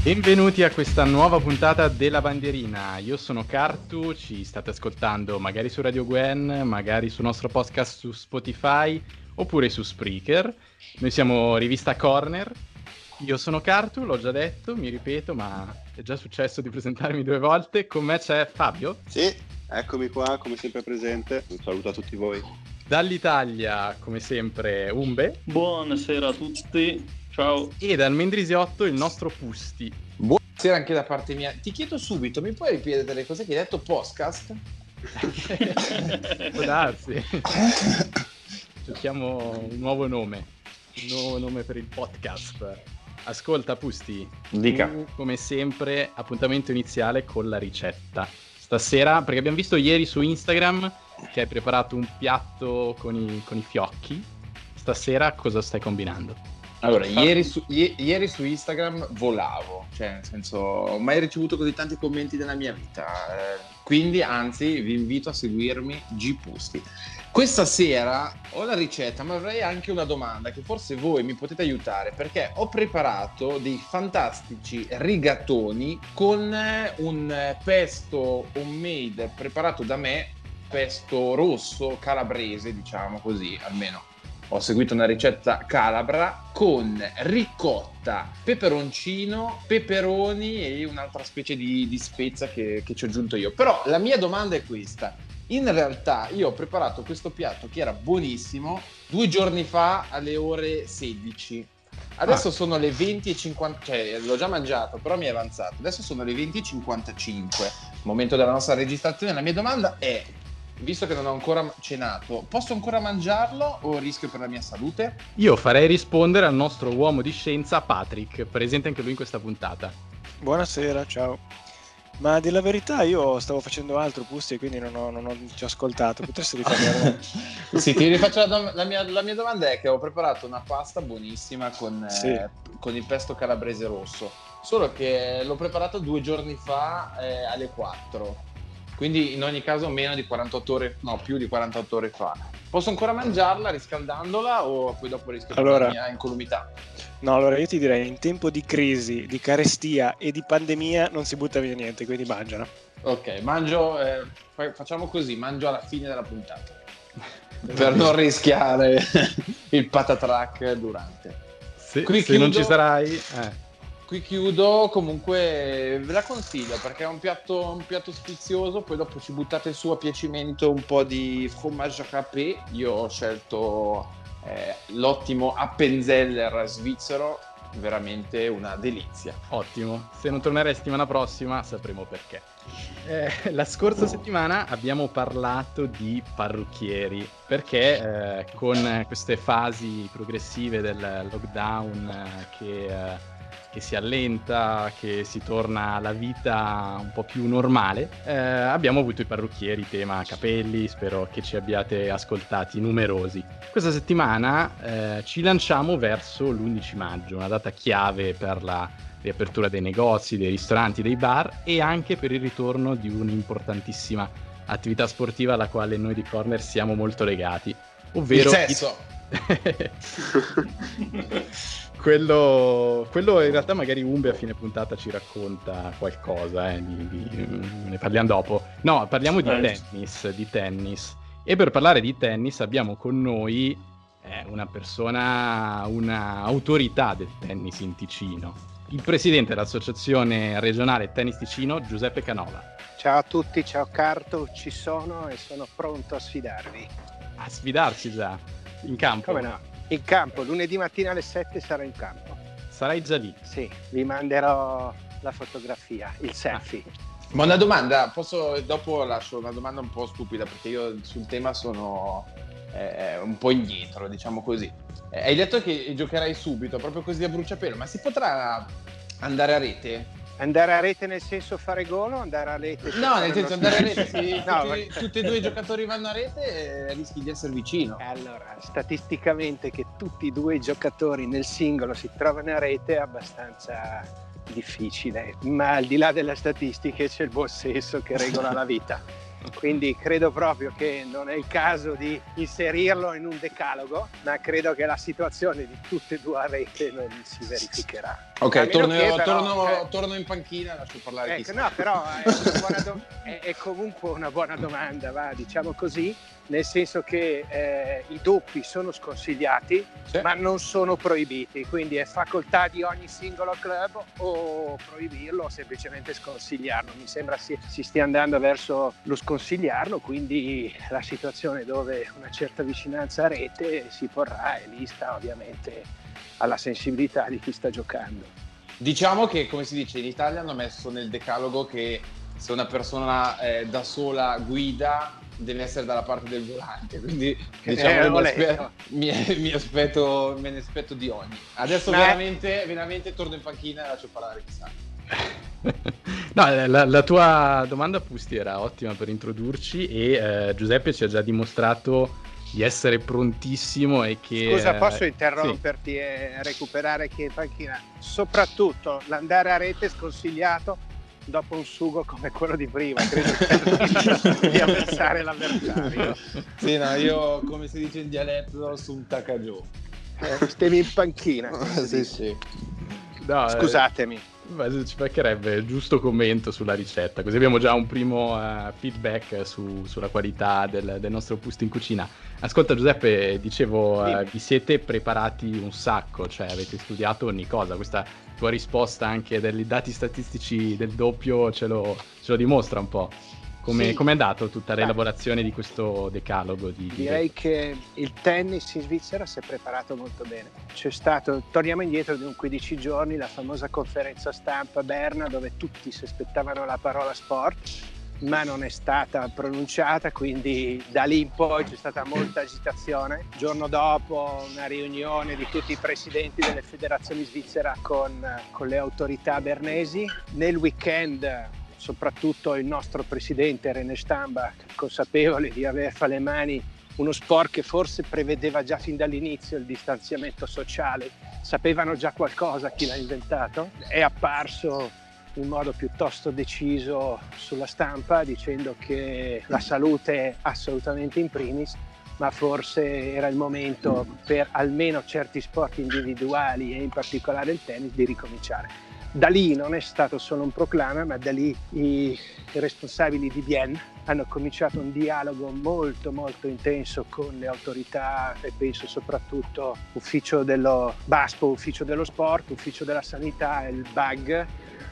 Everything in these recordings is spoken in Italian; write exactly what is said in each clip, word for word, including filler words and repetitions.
Benvenuti a questa nuova puntata della Bandierina. Io sono Cartu, ci state ascoltando magari su Radio Gwen, magari sul nostro podcast su Spotify oppure su Spreaker. Noi siamo Rivista Corner. Io sono Cartu, l'ho già detto, mi ripeto, ma è già successo di presentarmi due volte. Con me c'è Fabio. Sì, eccomi qua, come sempre presente. Un saluto a tutti voi. Dall'Italia, come sempre, Umbe. Buonasera a tutti. Ciao. E dal Mendrisiotto il nostro Pusti. Buonasera anche da parte mia. Ti chiedo subito, mi puoi ripetere le cose che hai detto? Podcast? Può darsi. Cerchiamo un nuovo nome. Un nuovo nome per il podcast. Ascolta Pusti. Dica. Tu, come sempre, appuntamento iniziale con la ricetta. Stasera, perché abbiamo visto ieri su Instagram che hai preparato un piatto con i, con i fiocchi. Stasera cosa stai combinando? Allora, ieri su, i- ieri su Instagram volavo, cioè nel senso, ho mai ricevuto così tanti commenti nella mia vita, eh, quindi anzi vi invito a seguirmi G Pusti. Questa sera ho la ricetta, ma avrei anche una domanda che forse voi mi potete aiutare, perché ho preparato dei fantastici rigatoni con un pesto homemade preparato da me, pesto rosso calabrese, diciamo così, almeno. Ho seguito una ricetta calabra con ricotta, peperoncino, peperoni e un'altra specie di, di spezia che, che ci ho aggiunto io. Però la mia domanda è questa. In realtà io ho preparato questo piatto che era buonissimo due giorni fa alle ore sedici. Adesso ah. sono le venti e cinquanta, cioè l'ho già mangiato, però mi è avanzato. Adesso sono le venti e cinquantacinque, momento della nostra registrazione. La mia domanda è: visto che non ho ancora cenato, posso ancora mangiarlo o rischio per la mia salute? Io farei rispondere al nostro uomo di scienza Patrick, presente anche lui in questa puntata. Buonasera, ciao. Ma di la verità io stavo facendo altro, Pusti, e quindi non ho, non ho ci ho ascoltato. Potresti rifarlo? Sì, ti rifaccio la, dom- la, mia, la mia domanda è che ho preparato una pasta buonissima con, sì. eh, con il pesto calabrese rosso, solo che l'ho preparato due giorni fa eh, alle quattro. Quindi in ogni caso meno di quarantotto ore, no, più di quarantotto ore fa. Posso ancora mangiarla riscaldandola o poi dopo rischio allora, per la mia incolumità? No, allora io ti direi, in tempo di crisi, di carestia e di pandemia non si butta via niente, quindi mangiala. Ok, mangio, eh, facciamo così, mangio alla fine della puntata. Per non rischiare il patatrack durante. Se, Qui se chiudo... non ci sarai... Eh. Qui chiudo, comunque ve la consiglio perché è un piatto, un piatto sfizioso, poi dopo ci buttate su a piacimento un po' di fromage râpé. Io ho scelto eh, l'ottimo Appenzeller svizzero, veramente una delizia. Ottimo, se non tornerai settimana prossima sapremo perché. Eh, la scorsa settimana abbiamo parlato di parrucchieri perché eh, con queste fasi progressive del lockdown eh, che... Eh, che si allenta, che si torna alla vita un po' più normale, eh, abbiamo avuto i parrucchieri, tema capelli, spero che ci abbiate ascoltati numerosi. Questa settimana eh, ci lanciamo verso l'undici maggio, una data chiave per la riapertura dei negozi, dei ristoranti, dei bar e anche per il ritorno di un'importantissima attività sportiva alla quale noi di Corner siamo molto legati, ovvero... Il sesso! Quello, quello in realtà magari Umbe a fine puntata ci racconta qualcosa, eh, di, di, ne parliamo dopo. No, parliamo di eh. tennis, di tennis. E per parlare di tennis abbiamo con noi eh, una persona, una autorità del tennis in Ticino. Il presidente dell'Associazione Regionale Tennis Ticino, Giuseppe Canova. Ciao a tutti, ciao Carto, ci sono e sono pronto a sfidarvi. A sfidarci già, in campo? Come no? In campo, lunedì mattina alle sette sarò in campo. Sarai già lì? Sì, vi manderò la fotografia, il selfie. Ah. Ma una domanda, posso, dopo lascio una domanda un po' stupida perché io sul tema sono eh, un po' indietro, diciamo così. Eh, hai detto che giocherai subito, proprio così a bruciapelo, ma si potrà andare a rete? Andare a rete nel senso fare gol o andare a rete? No, nel senso andare a rete, se no, tutti, perché... tutti e due i giocatori vanno a rete eh, rischi di essere vicino. Allora, statisticamente che tutti e due i giocatori nel singolo si trovano a rete è abbastanza difficile, ma al di là delle statistiche c'è il buon senso che regola la vita. Quindi credo proprio che non è il caso di inserirlo in un decalogo, ma credo che la situazione di tutte e due a rete non si verificherà. Ok, A meno torno, che, però, torno, eh, torno in panchina e lascio parlare Ecco, chi no, però è, una buona do- è, è comunque una buona domanda, va, diciamo così, nel senso che eh, i doppi sono sconsigliati, Sì. ma non sono proibiti, quindi è facoltà di ogni singolo club o proibirlo o semplicemente sconsigliarlo. Mi sembra si, si stia andando verso lo sconsigliarlo, quindi la situazione dove una certa vicinanza a rete si porrà è vista ovviamente alla sensibilità di chi sta giocando. Diciamo che, come si dice, in Italia hanno messo nel decalogo che se una persona eh, da sola guida deve essere dalla parte del volante, quindi diciamo Eh, che ho mi, letto. aspe- mi, mi aspetto, me ne aspetto di ogni. Adesso Ma- veramente, veramente torno in panchina e lascio parlare chissà. No, la, la tua domanda, Pusti, era ottima per introdurci e eh, Giuseppe ci ha già dimostrato di essere prontissimo e che... Scusa, eh, posso sì. interromperti e recuperare chi è in panchina? Soprattutto l'andare a rete sconsigliato dopo un sugo come quello di prima, credo che di avversare l'avversario. Sì, no, io, come si dice in dialetto, su un tacagio. Eh, Stevi in panchina. come si sì, dice. sì. No, eh, Scusatemi. beh, ci mancherebbe il giusto commento sulla ricetta, così abbiamo già un primo uh, feedback su- sulla qualità del, del nostro Pusti in cucina. Ascolta Giuseppe, dicevo, uh, Dimmi. vi siete preparati un sacco, cioè avete studiato ogni cosa, questa tua risposta anche dei dati statistici del doppio ce lo, ce lo dimostra un po'. Come Sì. com'è andato tutta Beh. l'elaborazione di questo decalogo di, di Direi che il tennis in Svizzera si è preparato molto bene. C'è stato, torniamo indietro di un quindici giorni, la famosa conferenza stampa a Berna dove tutti si aspettavano la parola sport, ma non è stata pronunciata, quindi da lì in poi c'è stata molta agitazione. Il giorno dopo una riunione di tutti i presidenti delle federazioni svizzera con, con le autorità bernesi. Nel weekend soprattutto il nostro presidente René Stambach, consapevole di aver fra le mani uno sport che forse prevedeva già fin dall'inizio il distanziamento sociale, sapevano già qualcosa chi l'ha inventato, è apparso in modo piuttosto deciso sulla stampa dicendo che la salute è assolutamente in primis, ma forse era il momento per almeno certi sport individuali e in particolare il tennis di ricominciare. Da lì non è stato solo un proclama, ma da lì i, i responsabili di Bienne hanno cominciato un dialogo molto molto intenso con le autorità e penso soprattutto ufficio dello BASPO, ufficio dello sport, ufficio della sanità, il B A G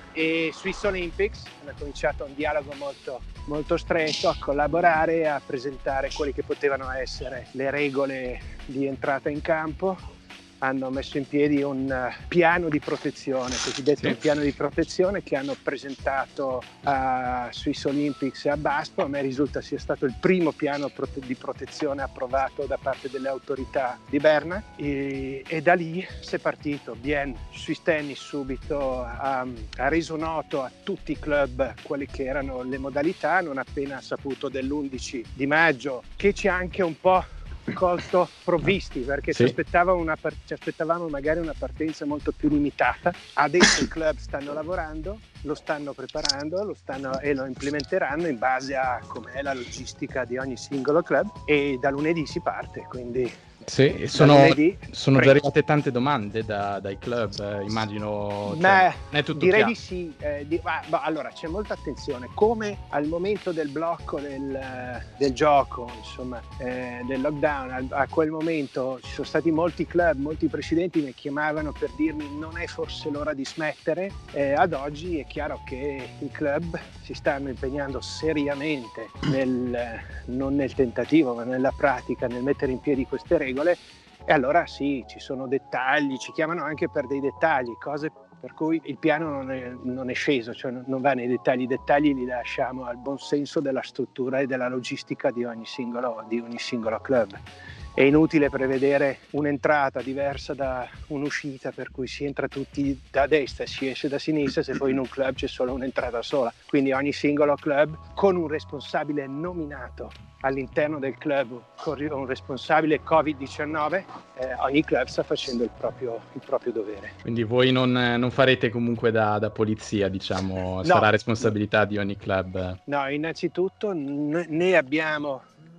e Swiss Olympics. Hanno cominciato un dialogo molto molto stretto, a collaborare, a presentare quelle che potevano essere le regole di entrata in campo. Hanno messo in piedi un uh, piano di protezione, cosiddetto Sì. un piano di protezione che hanno presentato a Swiss Olympics e a BASPO. A me risulta sia stato il primo piano prote- di protezione approvato da parte delle autorità di Berna e, e da lì si è partito. Bien, Swiss Tennis subito ha, ha reso noto a tutti i club quelle che erano le modalità, non appena saputo dell'undici di maggio, che ci ha anche un po' colto provvisti perché Sì. ci, aspettava una par- ci aspettavamo magari una partenza molto più limitata. Adesso i club stanno lavorando, lo stanno preparando lo stanno, e lo implementeranno in base a com'è la logistica di ogni singolo club e da lunedì si parte, quindi Sì, sono, lunedì, sono già prego. arrivate tante domande da- dai club, eh, immagino. Cioè, Ma non è tutto direi chiaro. di sì. eh, di- ma- ma allora c'è molta attenzione. Come al momento del blocco del, eh, del gioco, insomma, eh, del lockdown, al- a quel momento ci sono stati molti club, molti presidenti mi chiamavano per dirmi non è forse l'ora di smettere. Eh, ad oggi è chiaro che i club si stanno impegnando seriamente nel, eh, non nel tentativo, ma nella pratica, nel mettere in piedi queste regole. E allora sì, ci sono dettagli, ci chiamano anche per dei dettagli, cose per cui il piano non è, non è sceso, cioè non va nei dettagli, i dettagli li lasciamo al buon senso della struttura e della logistica di ogni singolo, di ogni singolo club. È inutile prevedere un'entrata diversa da un'uscita, per cui si entra tutti da destra e si esce da sinistra se poi in un club c'è solo un'entrata sola. Quindi ogni singolo club con un responsabile nominato all'interno del club, con un responsabile covid diciannove, eh, ogni club sta facendo il proprio, il proprio dovere. Quindi voi non, non farete comunque da, da polizia, diciamo, No. sarà responsabilità di ogni club. No, innanzitutto n- ne abbiamo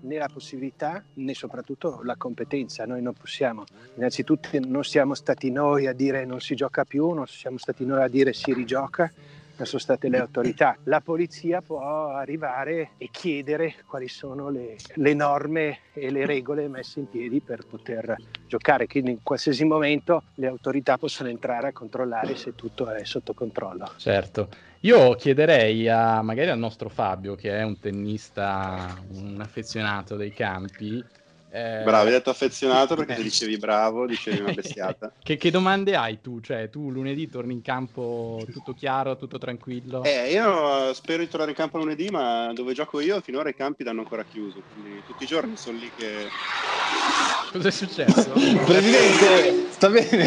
né la possibilità né soprattutto la competenza. Noi non possiamo, innanzitutto non siamo stati noi a dire non si gioca più, non siamo stati noi a dire si rigioca, ma sono state le autorità. La polizia può arrivare e chiedere quali sono le, le norme e le regole messe in piedi per poter giocare, quindi in qualsiasi momento le autorità possono entrare a controllare se tutto è sotto controllo. Certo. Io chiederei a magari al nostro Fabio, che è un tennista, un affezionato dei campi. Eh... Bravo, hai detto affezionato perché se dicevi bravo, dicevi una bestiata. che, che domande hai tu? Cioè, tu lunedì torni in campo tutto chiaro, tutto tranquillo? Eh, io spero di tornare in campo lunedì, ma dove gioco io finora i campi danno ancora chiuso, quindi tutti i giorni sono lì che... Cos'è successo? Presidente, sta bene?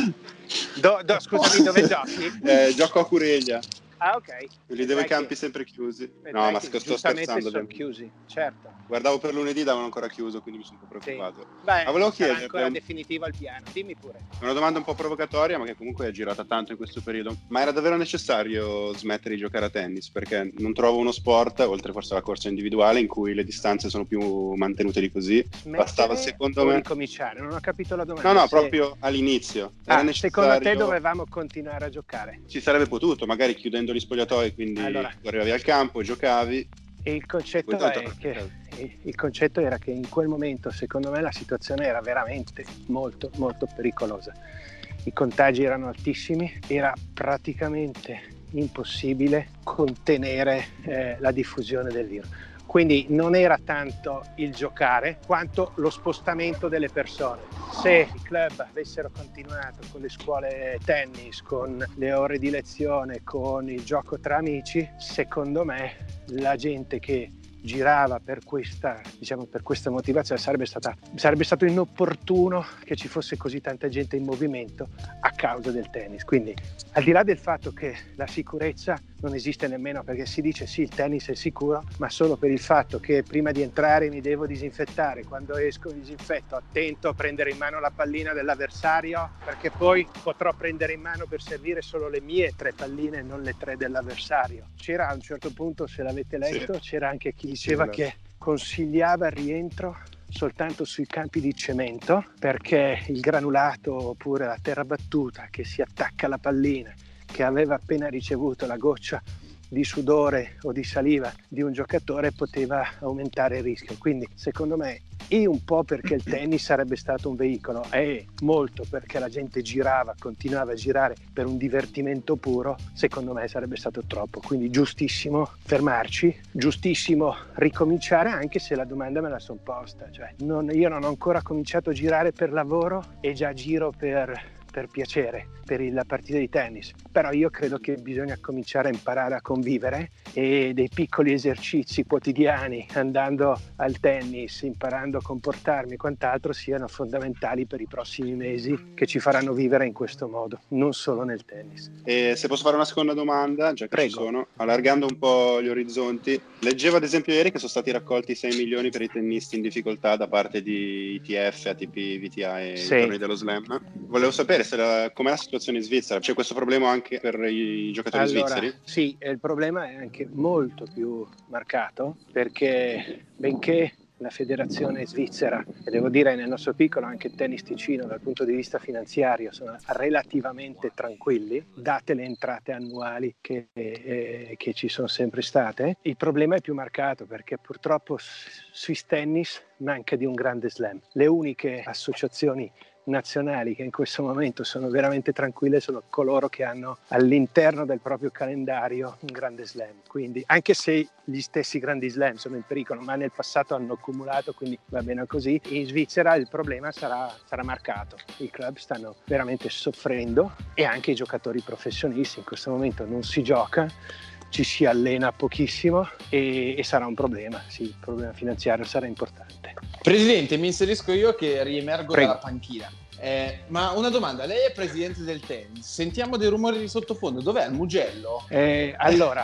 Do, do, scusami, dove giochi? Eh, gioco a Cureglia. Ah, ok. Lì dove i campi che... sempre chiusi. Vedrai No, ma che sto giustamente scherzando. sono chiusi, certo. Guardavo per lunedì, davano ancora chiuso, quindi mi sono un po' preoccupato. Sì. Beh, ma volevo sarà chiederti ancora un... definitivo il piano, dimmi pure. Una domanda un po' provocatoria, ma che comunque è girata tanto in questo periodo. Ma era davvero necessario smettere di giocare a tennis? Perché non trovo uno sport, oltre forse alla corsa individuale, in cui le distanze sono più mantenute di così. Smettere Bastava, secondo o me... ricominciare? Non ho capito la domanda. No, no, Se... proprio all'inizio. Era ah, necessario... Secondo te dovevamo continuare a giocare? Si sarebbe potuto, magari chiudendo gli spogliatoi, quindi allora, tu arrivavi al campo, giocavi. E il concetto, è che, il concetto era che in quel momento, secondo me, la situazione era veramente molto, molto pericolosa. I contagi erano altissimi, era praticamente impossibile contenere eh, la diffusione del virus. Quindi non era tanto il giocare quanto lo spostamento delle persone. Se i club avessero continuato con le scuole tennis, con le ore di lezione, con il gioco tra amici, secondo me la gente che girava per questa, diciamo, per questa motivazione sarebbe stata, sarebbe stato inopportuno che ci fosse così tanta gente in movimento a causa del tennis. Quindi, al di là del fatto che la sicurezza non esiste nemmeno, perché si dice sì, il tennis è sicuro, ma solo per il fatto che prima di entrare mi devo disinfettare, quando esco mi disinfetto, attento a prendere in mano la pallina dell'avversario, perché poi potrò prendere in mano per servire solo le mie tre palline, non le tre dell'avversario. C'era a un certo punto, se l'avete letto, sì, c'era anche chi diceva sì, che consigliava il rientro soltanto sui campi di cemento, perché il granulato oppure la terra battuta che si attacca alla pallina, che aveva appena ricevuto la goccia di sudore o di saliva di un giocatore, poteva aumentare il rischio. Quindi secondo me, e un po' perché il tennis sarebbe stato un veicolo, e molto perché la gente girava, continuava a girare per un divertimento puro, secondo me sarebbe stato troppo. Quindi giustissimo fermarci, giustissimo ricominciare, anche se la domanda me la son posta, cioè non, io non ho ancora cominciato a girare per lavoro e già giro per per piacere, per la partita di tennis, però io credo che bisogna cominciare a imparare a convivere, e dei piccoli esercizi quotidiani andando al tennis, imparando a comportarmi e quant'altro siano fondamentali per i prossimi mesi, che ci faranno vivere in questo modo, non solo nel tennis. E se posso fare una seconda domanda, già che Prego. ci sono, allargando un po' gli orizzonti, leggevo ad esempio ieri che sono stati raccolti sei milioni per i tennisti in difficoltà da parte di I T F, A T P, V T A e sì. i tornei dello Slam. Volevo sapere se la, com'è la situazione in Svizzera, c'è questo problema anche per i giocatori allora, svizzeri? Sì, il problema è anche molto più marcato, perché benché la federazione svizzera, e devo dire nel nostro piccolo anche il tennis ticino dal punto di vista finanziario sono relativamente tranquilli, date le entrate annuali che, eh, che ci sono sempre state, il problema è più marcato perché purtroppo Swiss Tennis manca di un grande slam. Le uniche associazioni nazionali che in questo momento sono veramente tranquille sono coloro che hanno all'interno del proprio calendario un grande slam, quindi anche se gli stessi grandi slam sono in pericolo, ma nel passato hanno accumulato, quindi va bene così. In Svizzera il problema sarà, sarà marcato, i club stanno veramente soffrendo e anche i giocatori professionisti. In questo momento non si gioca, ci si allena pochissimo e, e sarà un problema, sì, il problema finanziario sarà importante. Presidente, mi inserisco io che riemergo Prego. dalla panchina. Eh, ma una domanda, lei è presidente del tennis, sentiamo dei rumori di sottofondo, dov'è il Mugello? Eh, allora,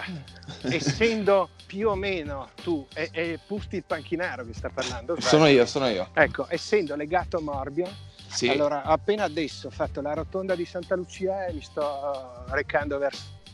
essendo più o meno tu, è, è Pusti il panchinaro che sta parlando? Sono io, sono io. Ecco, essendo legato a Morbio, sì. Allora appena adesso ho fatto la rotonda di Santa Lucia e mi sto recando verso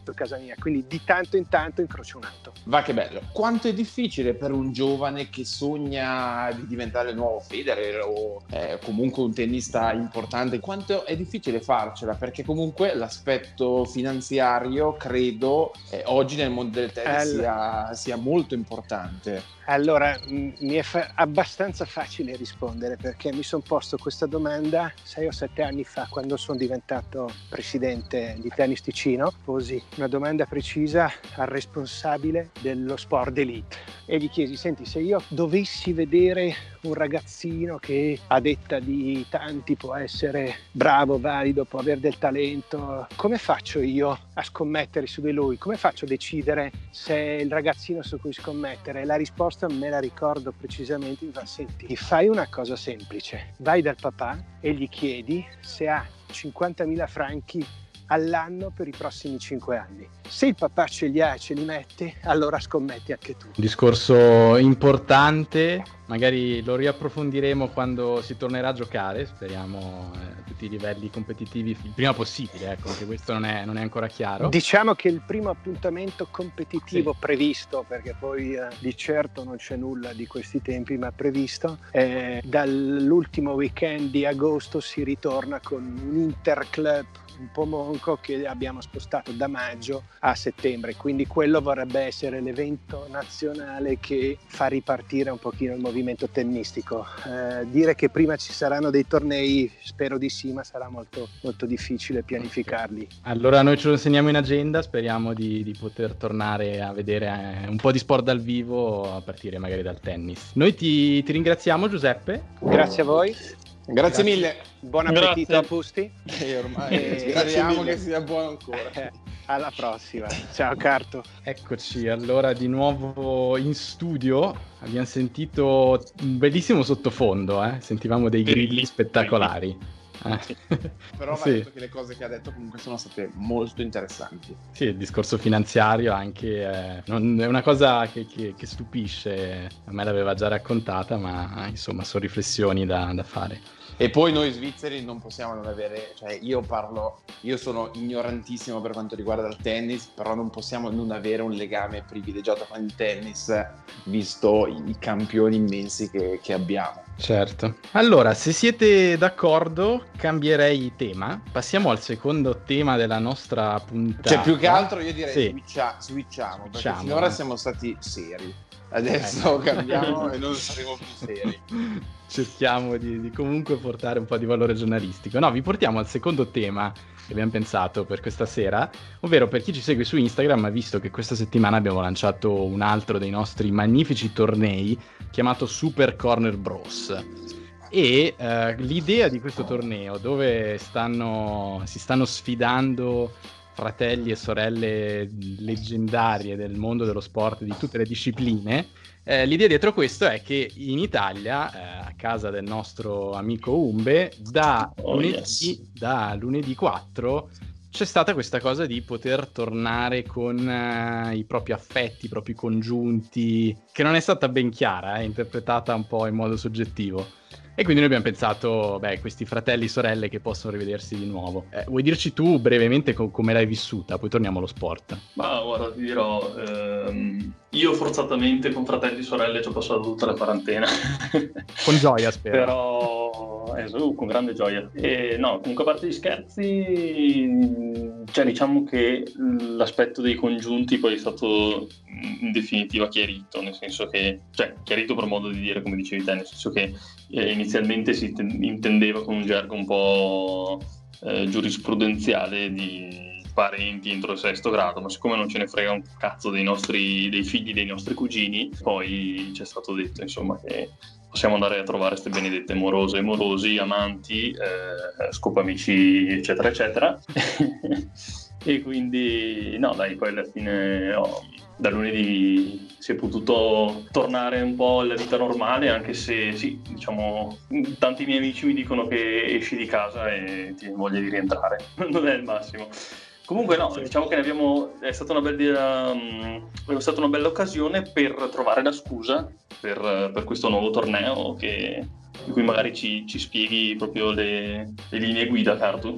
sotto casa mia, quindi di tanto in tanto incrocio un'auto. Va che bello. Quanto è difficile per un giovane che sogna di diventare il nuovo Federer o eh, comunque un tennista importante, quanto è difficile farcela? Perché comunque l'aspetto finanziario credo eh, oggi nel mondo del tennis allora, sia, sia molto importante. Allora, m- mi è fa- abbastanza facile rispondere perché mi sono posto questa domanda sei o sette anni fa quando sono diventato presidente di Tennis Ticino. Posi una domanda precisa al responsabile dello sport d'elite e gli chiesi: senti, se io dovessi vedere un ragazzino che a detta di tanti può essere bravo, valido, può avere del talento, come faccio io a scommettere su di lui? Come faccio a decidere se è il ragazzino su cui scommettere? La risposta me la ricordo precisamente, mi fa: senti, fai una cosa semplice, vai dal papà e gli chiedi se ha cinquantamila franchi all'anno per i prossimi cinque anni. Se il papà ce li ha e ce li mette, allora scommetti anche tu. Discorso importante, magari lo riapprofondiremo quando si tornerà a giocare, speriamo eh, a tutti i livelli competitivi il prima possibile, ecco, che questo non è, non è ancora chiaro. Diciamo che il primo appuntamento competitivo sì. previsto, perché poi eh, di certo non c'è nulla di questi tempi, ma previsto, eh, dall'ultimo weekend di agosto si ritorna con un interclub un po' monco che abbiamo spostato da maggio a settembre, quindi quello vorrebbe essere l'evento nazionale che fa ripartire un pochino il movimento tennistico. Eh, dire che prima ci saranno dei tornei, spero di sì, ma sarà molto, molto difficile pianificarli. Allora noi ce lo segniamo in agenda, speriamo di, di poter tornare a vedere eh, un po' di sport dal vivo a partire magari dal tennis. Noi ti, ti ringraziamo, Giuseppe. Grazie a voi. Grazie, Grazie mille. Buon appetito Grazie. a Pusti. E ormai Eh, speriamo che sia buono ancora. Eh, alla prossima. Ciao Carto. Eccoci, allora di nuovo in studio. Abbiamo sentito un bellissimo sottofondo, eh? Sentivamo dei grilli spettacolari. Eh. Però va sì. detto che le cose che ha detto comunque sono state molto interessanti. Sì, il discorso finanziario anche eh, non, è una cosa che, che, che stupisce, a me l'aveva già raccontata, ma insomma sono riflessioni da, da fare. E poi noi svizzeri non possiamo non avere, cioè io parlo, io sono ignorantissimo per quanto riguarda il tennis, però non possiamo non avere un legame privilegiato con il tennis, visto i campioni immensi che, che abbiamo. Certo. Allora, se siete d'accordo, cambierei tema. Passiamo al secondo tema della nostra puntata. Cioè, più che altro io direi sì. switcha, switchiamo, perché Switchiamo, finora eh. siamo stati seri. Adesso Eh. cambiamo e non saremo più seri. Cerchiamo di, di comunque portare un po' di valore giornalistico. No, vi portiamo al secondo tema che abbiamo pensato per questa sera, ovvero per chi ci segue su Instagram ha visto che questa settimana abbiamo lanciato un altro dei nostri magnifici tornei chiamato Super Corner Bros. E eh, l'idea di questo torneo, dove stanno, si stanno sfidando fratelli e sorelle leggendarie del mondo dello sport di tutte le discipline, eh, l'idea dietro questo è che in Italia, eh, a casa del nostro amico Umbe, da, Oh, lunedì, yes. da lunedì quattro c'è stata questa cosa di poter tornare con uh, i propri affetti, i propri congiunti, che non è stata ben chiara, è eh, interpretata un po' in modo soggettivo. E quindi noi abbiamo pensato, beh, questi fratelli e sorelle che possono rivedersi di nuovo. Eh, vuoi dirci tu brevemente co- come l'hai vissuta? Poi torniamo allo sport. Ma guarda, ti dirò, ehm, io forzatamente con fratelli e sorelle ci ho passato tutta la quarantena. Con gioia, spero. Però, eh, uh, con grande gioia. E no, comunque a parte gli scherzi, cioè diciamo che l'aspetto dei congiunti poi è stato in definitiva chiarito, nel senso che, cioè chiarito per modo di dire, come dicevi te, nel senso che eh, inizialmente si ten- intendeva con un gergo un po' eh, giurisprudenziale di parenti entro il sesto grado, ma siccome non ce ne frega un cazzo dei nostri, dei figli dei nostri cugini, poi ci è stato detto insomma che possiamo andare a trovare queste benedette morose e morosi, amanti, eh, scopamici, eccetera eccetera. E quindi no dai, poi alla fine oh, da lunedì si è potuto tornare un po' alla vita normale, anche se sì, diciamo, tanti miei amici mi dicono che esci di casa e ti voglia di rientrare, non è il massimo. Comunque no, diciamo che ne abbiamo, è stata una bella, um, è stata una bella occasione per trovare la scusa per, per questo nuovo torneo che, di cui magari ci, ci spieghi proprio le, le linee guida, Cartu.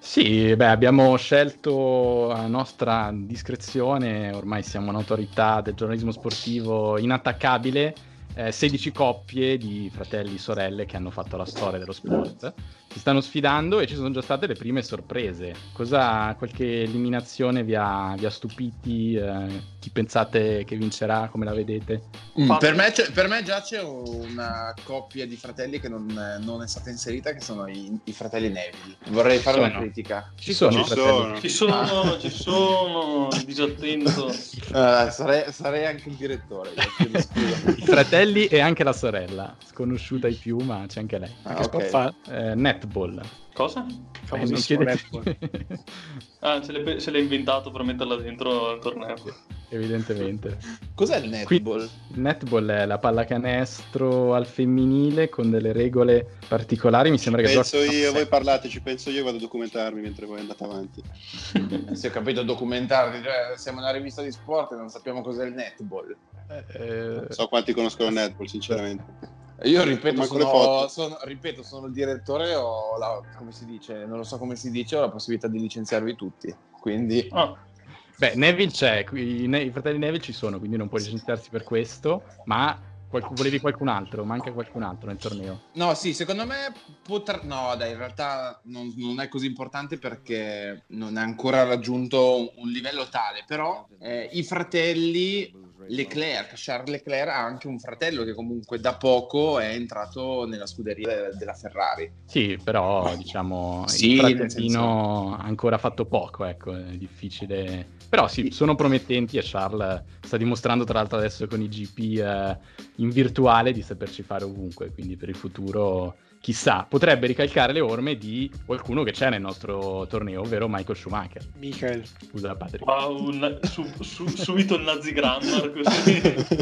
Sì, beh, abbiamo scelto a nostra discrezione, ormai siamo un'autorità del giornalismo sportivo inattaccabile, eh, sedici coppie di fratelli e sorelle che hanno fatto la storia dello sport. Si stanno sfidando e ci sono già state le prime sorprese. Cosa, qualche eliminazione vi ha, vi ha stupiti? Eh, chi pensate che vincerà? Come la vedete? Mm, per, me, per me già c'è una coppia di fratelli che non, non è stata inserita, che sono i, i fratelli Neville. Vorrei fare Sono. una critica. Ci sono, Ci i fratelli. sono. Ci sono, ci sono, disattento. Uh, sarei, sarei anche il direttore. Io chiedo scusa. I fratelli e anche la sorella, sconosciuta ai più, ma c'è anche lei. Ah, Che sport ok. fa? Eh, netball. Cosa? Eh, Famosissimo non chiedete- netball. Ah, se l'è, se l'è inventato per metterla dentro al torneo. Evidentemente. Cos'è il netball? Il netball è la pallacanestro al femminile con delle regole particolari. Mi sembra che Penso giochi- io, voi parlate, ci penso io, vado a documentarmi mentre voi andate avanti. Se ho capito, documentarti, cioè, siamo una rivista di sport e non sappiamo cos'è il netball. Eh, Non so quanti conoscono il netball, sinceramente. Io ripeto, Manco le sono, foto. sono, ripeto, sono il direttore, ho la, come si dice, non lo so come si dice, ho la possibilità di licenziarvi tutti. Quindi Ah, Beh, Neville c'è, qui- i, Ne- i fratelli Neville ci sono, quindi non puoi licenziarsi per questo, ma qualcu- volevi qualcun altro, manca qualcun altro nel torneo. no, sì, secondo me potrà... No, dai, in realtà non, non è così importante perché non è ancora raggiunto un, un livello tale, però eh, i fratelli Leclerc, Charles Leclerc ha anche un fratello che comunque da poco è entrato nella scuderia de- della Ferrari. Sì, però diciamo Sì, il nel fratellino ha ancora fatto poco, ecco, è difficile. Però sì, sono promettenti e Charles sta dimostrando tra l'altro adesso con i G P eh, in virtuale di saperci fare ovunque, quindi per il futuro chissà, potrebbe ricalcare le orme di qualcuno che c'è nel nostro torneo, ovvero Michael Schumacher. Michael. Scusa Patrick. wow, na- su- su- subito il Nazi Grammar così.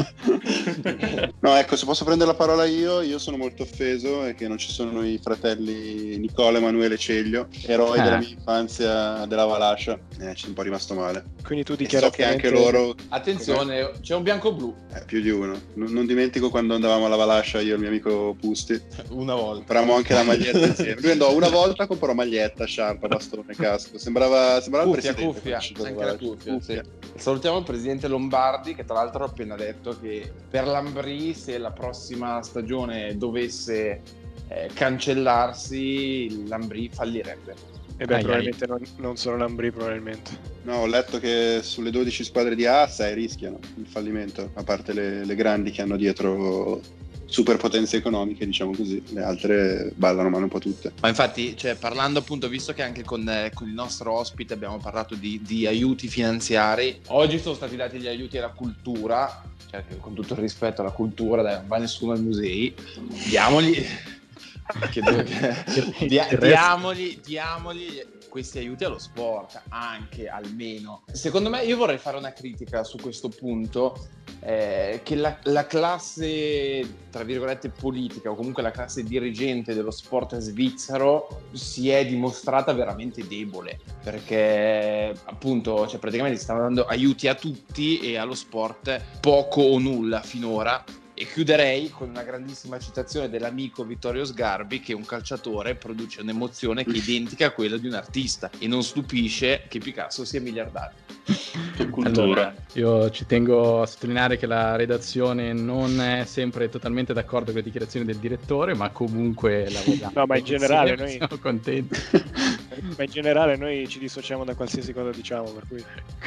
No, ecco, se posso prendere la parola io, io sono molto offeso e che non ci sono i fratelli Nicola, Emanuele e Ceglio, eroi Eh. della mia infanzia della Valascia. Eh, ci sono un po' rimasto male. Quindi tu E so dichiaratamente... che anche loro, Attenzione, c'è un bianco-blu, eh, più di uno. Non, non dimentico quando andavamo alla Valascia, io e il mio amico Pusti, una volta. compravamo anche la maglietta insieme. Lui andò una volta, comprò maglietta, sciarpa, bastone, casco. Sembrava, sembrava il Cuffia, presidente. cuffia, uscito anche dalla la Valascia. cuffia, sì. Salutiamo il presidente Lombardi che tra l'altro ha appena detto che per l'Ambrì, se la prossima stagione dovesse eh, cancellarsi, l'Ambrì fallirebbe. E beh, Ai, ai. probabilmente non, non solo l'Ambrì, probabilmente. No, ho letto che sulle dodici squadre di A, sei rischiano il fallimento, a parte le, le grandi che hanno dietro superpotenze economiche, diciamo così, le altre ballano mano un po' tutte. Ma infatti, cioè, parlando appunto, visto che anche con, eh, con il nostro ospite abbiamo parlato di, di aiuti finanziari, oggi sono stati dati gli aiuti alla cultura, cioè, con tutto il rispetto alla cultura, dai, non va nessuno ai musei, diamogli, che dove- Il- dia- il resto- diamogli, diamogli questi aiuti allo sport, anche almeno. Secondo me, io vorrei fare una critica su questo punto, eh, che la, la classe, tra virgolette, politica o comunque la classe dirigente dello sport svizzero si è dimostrata veramente debole, perché appunto, cioè, praticamente stanno dando aiuti a tutti e allo sport poco o nulla finora. E chiuderei con una grandissima citazione dell'amico Vittorio Sgarbi, che un calciatore produce un'emozione che è identica a quella di un artista, e non stupisce che Picasso sia miliardario. Che cultura. Allora, io ci tengo a sottolineare che la redazione non è sempre totalmente d'accordo con le dichiarazioni del direttore, ma comunque lavoriamo. No, ma in generale noi- siamo contenti. Ma in generale noi ci dissociamo da qualsiasi cosa diciamo, per cui...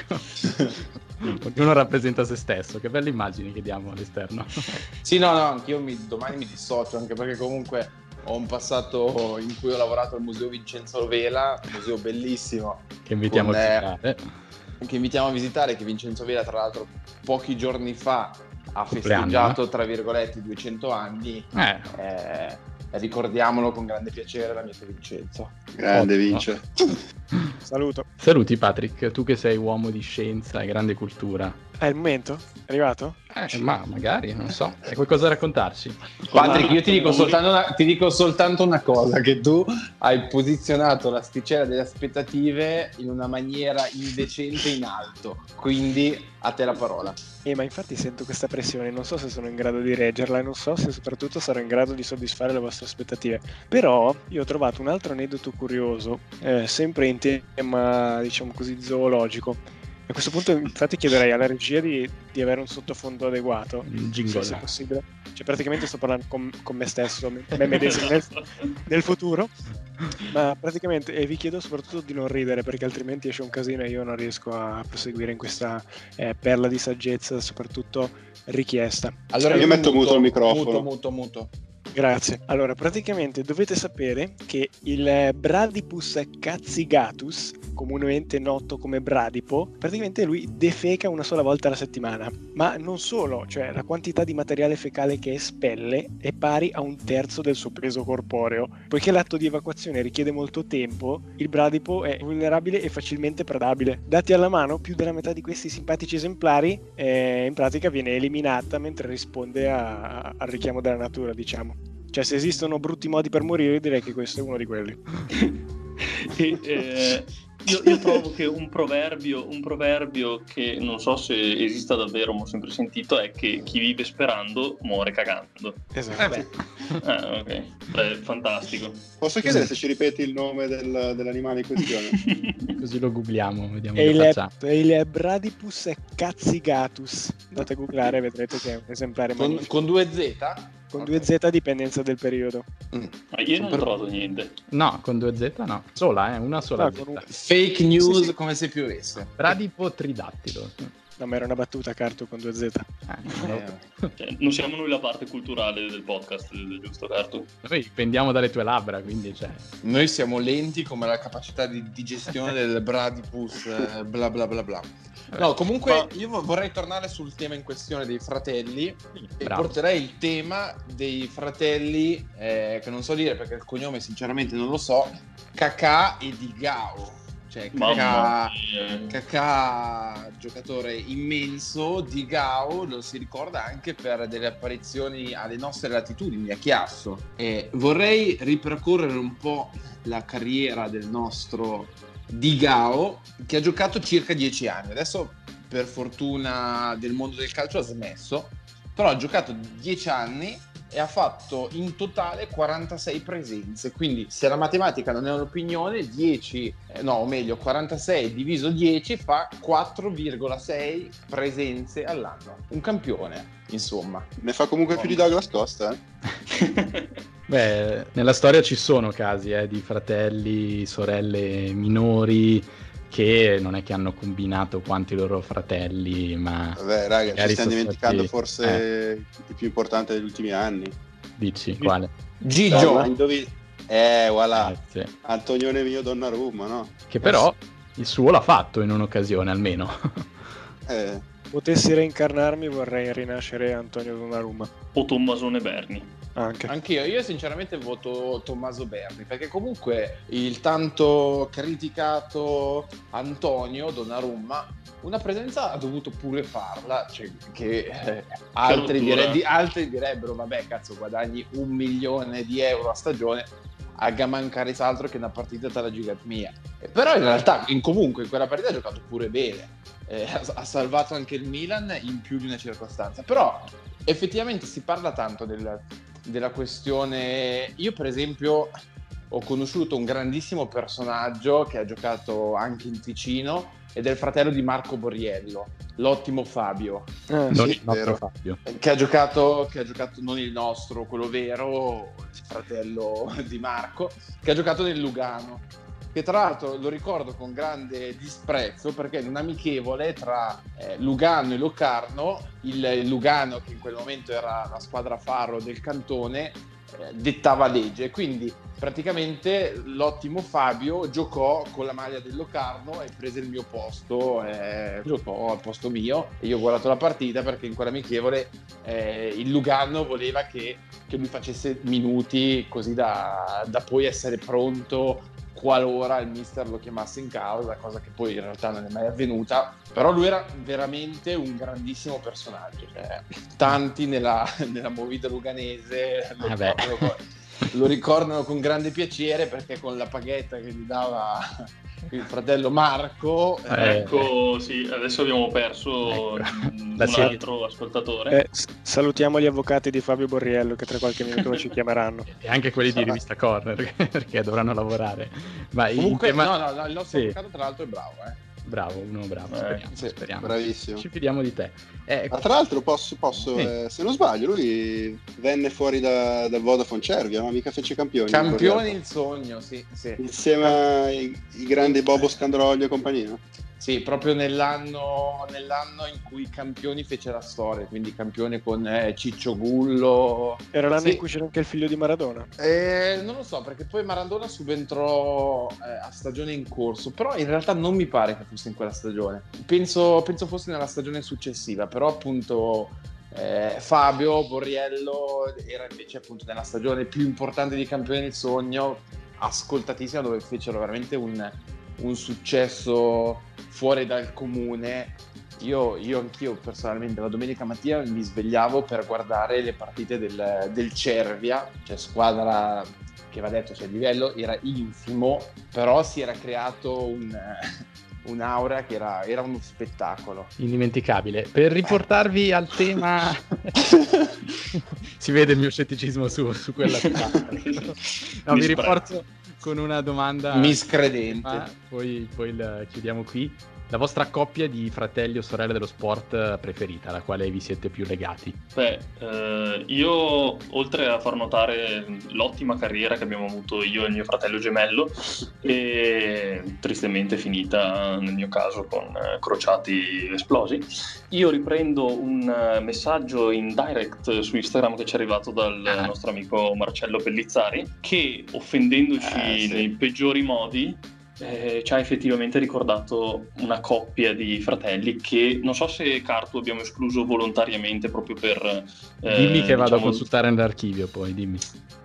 Ognuno rappresenta se stesso, che belle immagini che diamo all'esterno. Sì, no, no, anch'io mi, domani mi dissocio, anche perché comunque ho un passato in cui ho lavorato al Museo Vincenzo Vela, un museo bellissimo, Che invitiamo Con, a eh, visitare. che invitiamo a visitare, che Vincenzo Vela tra l'altro pochi giorni fa ha Compleanno, festeggiato, tra virgolette, i duecento anni. Eh, Eh, ricordiamolo con grande piacere, l'amico Vincenzo. Grande Ottimo. Vince. Saluto. saluti Patrick, tu che sei uomo di scienza e grande cultura. È il momento? È arrivato? Eh, ma magari, non so. Hai qualcosa da raccontarci? Patrick, io ti dico, soltanto una, ti dico soltanto una cosa, che tu hai posizionato l'asticella delle aspettative in una maniera indecente in alto, quindi a te la parola. Eh, ma infatti sento questa pressione, non so se sono in grado di reggerla e non so se soprattutto sarò in grado di soddisfare le vostre aspettative. Però io ho trovato un altro aneddoto curioso, eh, sempre in tema, diciamo così, zoologico. A questo punto infatti chiederei alla regia di, di avere un sottofondo adeguato, Un jingle. se è possibile. Cioè praticamente sto parlando con, con me stesso, me, me medesimo nel, nel futuro, ma praticamente, e vi chiedo soprattutto di non ridere perché altrimenti esce un casino e io non riesco a proseguire in questa eh, perla di saggezza, soprattutto richiesta. Allora io metto muto il microfono. Muto, muto, muto. Grazie. Allora, praticamente dovete sapere che il Bradipus cazzigatus, comunemente noto come bradipo, praticamente lui defeca una sola volta alla settimana. Ma non solo, cioè la quantità di materiale fecale che espelle è pari a un terzo del suo peso corporeo. Poiché l'atto di evacuazione richiede molto tempo, il bradipo è vulnerabile e facilmente predabile. Dati alla mano, più della metà di questi simpatici esemplari eh, in pratica viene eliminata mentre risponde a, al richiamo della natura, diciamo. Cioè, se esistono brutti modi per morire, direi che questo è uno di quelli. E, eh, io, io trovo che un proverbio, un proverbio che non so se esista davvero, ma ho sempre sentito, è che chi vive sperando muore cagando. Esatto. Eh beh. Ah, ok. Beh, fantastico. Posso chiedere se ci ripeti il nome del, dell'animale in questione? Così lo googliamo, vediamo È che il, facciamo. è il Bradipus cazzigatus. Andate a googlare e vedrete che è un esemplare Con, magnifico. con due Z? Con due Z a dipendenza del periodo. Ma io non ho trovato niente. No, con due Z no. Sola, eh, una sola No, Z. con un- Fake news Sì, sì. come se piovesse. Bradipo tridattilo. No, ma era una battuta, Carto, con due Z. Eh, Eh, Cioè, non siamo noi la parte culturale del podcast, giusto, Carto? Noi dipendiamo dalle tue labbra, quindi cioè, Noi siamo lenti come la capacità di digestione del Bradipus, eh, bla bla bla bla. No, comunque Ma- io vo- vorrei tornare sul tema in questione dei fratelli e Bravo. porterei il tema dei fratelli, eh, che non so dire perché il cognome sinceramente non lo so, Kakà e Digao. Cioè Mamma Kakà, mia. Kakà, giocatore immenso, Digao lo si ricorda anche per delle apparizioni alle nostre latitudini, a Chiasso. E vorrei ripercorrere un po' la carriera del nostro Digao, che ha giocato circa dieci anni. Adesso, per fortuna del mondo del calcio, ha smesso, però ha giocato dieci anni e ha fatto in totale quarantasei presenze. Quindi, se la matematica non è un'opinione, dieci, eh, no, o meglio, quarantasei diviso dieci fa quattro virgola sei presenze all'anno. Un campione, insomma. Ne fa comunque più di Douglas Costa, eh? beh, nella storia ci sono casi eh, di fratelli, sorelle minori che non è che hanno combinato quanti loro fratelli, ma Vabbè, raga, magari ci stiamo sono dimenticando stati- forse il più importante degli ultimi anni. dici quale? Gigio, Ma indovi- Eh, voilà. Eh, sì. Antonione mio Donnarumma, no? Che però il suo l'ha fatto in un'occasione almeno. Eh, Potessi reincarnarmi, vorrei rinascere Antonio Donnarumma. O Tommasone Berni. Anche. anch'io, io sinceramente voto Tommaso Berni, perché comunque il tanto criticato Antonio Donnarumma una presenza ha dovuto pure farla, cioè, che eh, altri, rottura. dire- di- altri direbbero vabbè cazzo, guadagni un milione di euro a stagione, a mancare altro che una partita tra la giga mia. Eh, però in realtà in comunque in quella partita ha giocato pure bene, eh, ha, ha salvato anche il Milan in più di una circostanza, però effettivamente si parla tanto del, della questione. Io per esempio ho conosciuto un grandissimo personaggio che ha giocato anche in Ticino ed è il fratello di Marco Borriello, l'ottimo Fabio, Ah, Non sì. il nostro vero. Fabio. che ha giocato, che ha giocato non il nostro, quello vero, il fratello di Marco, che ha giocato nel Lugano, che tra l'altro lo ricordo con grande disprezzo perché in un amichevole tra eh, Lugano e Locarno, il Lugano, che in quel momento era la squadra faro del cantone, eh, dettava legge, quindi praticamente l'ottimo Fabio giocò con la maglia del Locarno e prese il mio posto, eh, giocò al posto mio e io ho guardato la partita perché in quell'amichevole eh, il Lugano voleva che, che lui facesse minuti così da, da poi essere pronto qualora il mister lo chiamasse in causa, cosa che poi in realtà non è mai avvenuta. Però lui era veramente un grandissimo personaggio, cioè, tanti nella, nella movida luganese lo ricordano, con, lo ricordano con grande piacere, perché con la paghetta che gli dava il fratello Marco eh, ecco sì, adesso abbiamo perso ecco, un altro ascoltatore. eh, s- salutiamo gli avvocati di Fabio Borriello che tra qualche minuto ci chiameranno, e anche quelli di Rivista Corner perché dovranno lavorare. Ma comunque tema... no, no, no, il nostro sì. avvocato tra l'altro è bravo, eh bravo, uno bravo, speriamo, eh, sì, speriamo. Bravissimo. Ci fidiamo di te. Eh, Ma tra l'altro posso, posso sì. eh, se non sbaglio, lui venne fuori da, dal Vodafone Cervia, no? Mica fece campioni. Campioni il sogno, sì, sì. Insieme ai, ai grandi Bobo Scandroglio e compagnia. Sì, proprio nell'anno, nell'anno in cui i campioni fece la storia, quindi campione con eh, Ciccio Gullo. era l'anno sì. in cui c'era anche il figlio di Maradona. Eh, non lo so, perché poi Maradona subentrò eh, a stagione in corso, però in realtà non mi pare che fosse in quella stagione. Penso, penso fosse nella stagione successiva, però appunto eh, Fabio Borriello era invece appunto nella stagione più importante di Campioni del Sogno, ascoltatissima, dove fecero veramente un, un successo fuori dal comune. Io, io anch'io personalmente la domenica mattina mi svegliavo per guardare le partite del, del Cervia, cioè squadra che va detto, cioè il livello era infimo, però si era creato un, un'aura che era, era uno spettacolo. Indimenticabile. Per riportarvi al tema, si vede il mio scetticismo su, su quella parte. No, vi riporto con una domanda miscredente, ma poi, poi la chiudiamo qui. La vostra coppia di fratelli o sorelle dello sport preferita, alla quale vi siete più legati? Beh, eh, io oltre a far notare l'ottima carriera che abbiamo avuto io e il mio fratello gemello, e tristemente finita nel mio caso con eh, crociati esplosi, io riprendo un uh, messaggio in direct su Instagram che ci è arrivato dal ah. nostro amico Marcello Pellizzari, che offendendoci ah, sì. nei peggiori modi Eh, ci ha effettivamente ricordato una coppia di fratelli che non so se Cartu abbiamo escluso volontariamente proprio per eh, dimmi che vado diciamo, a consultare nell'archivio poi dimmi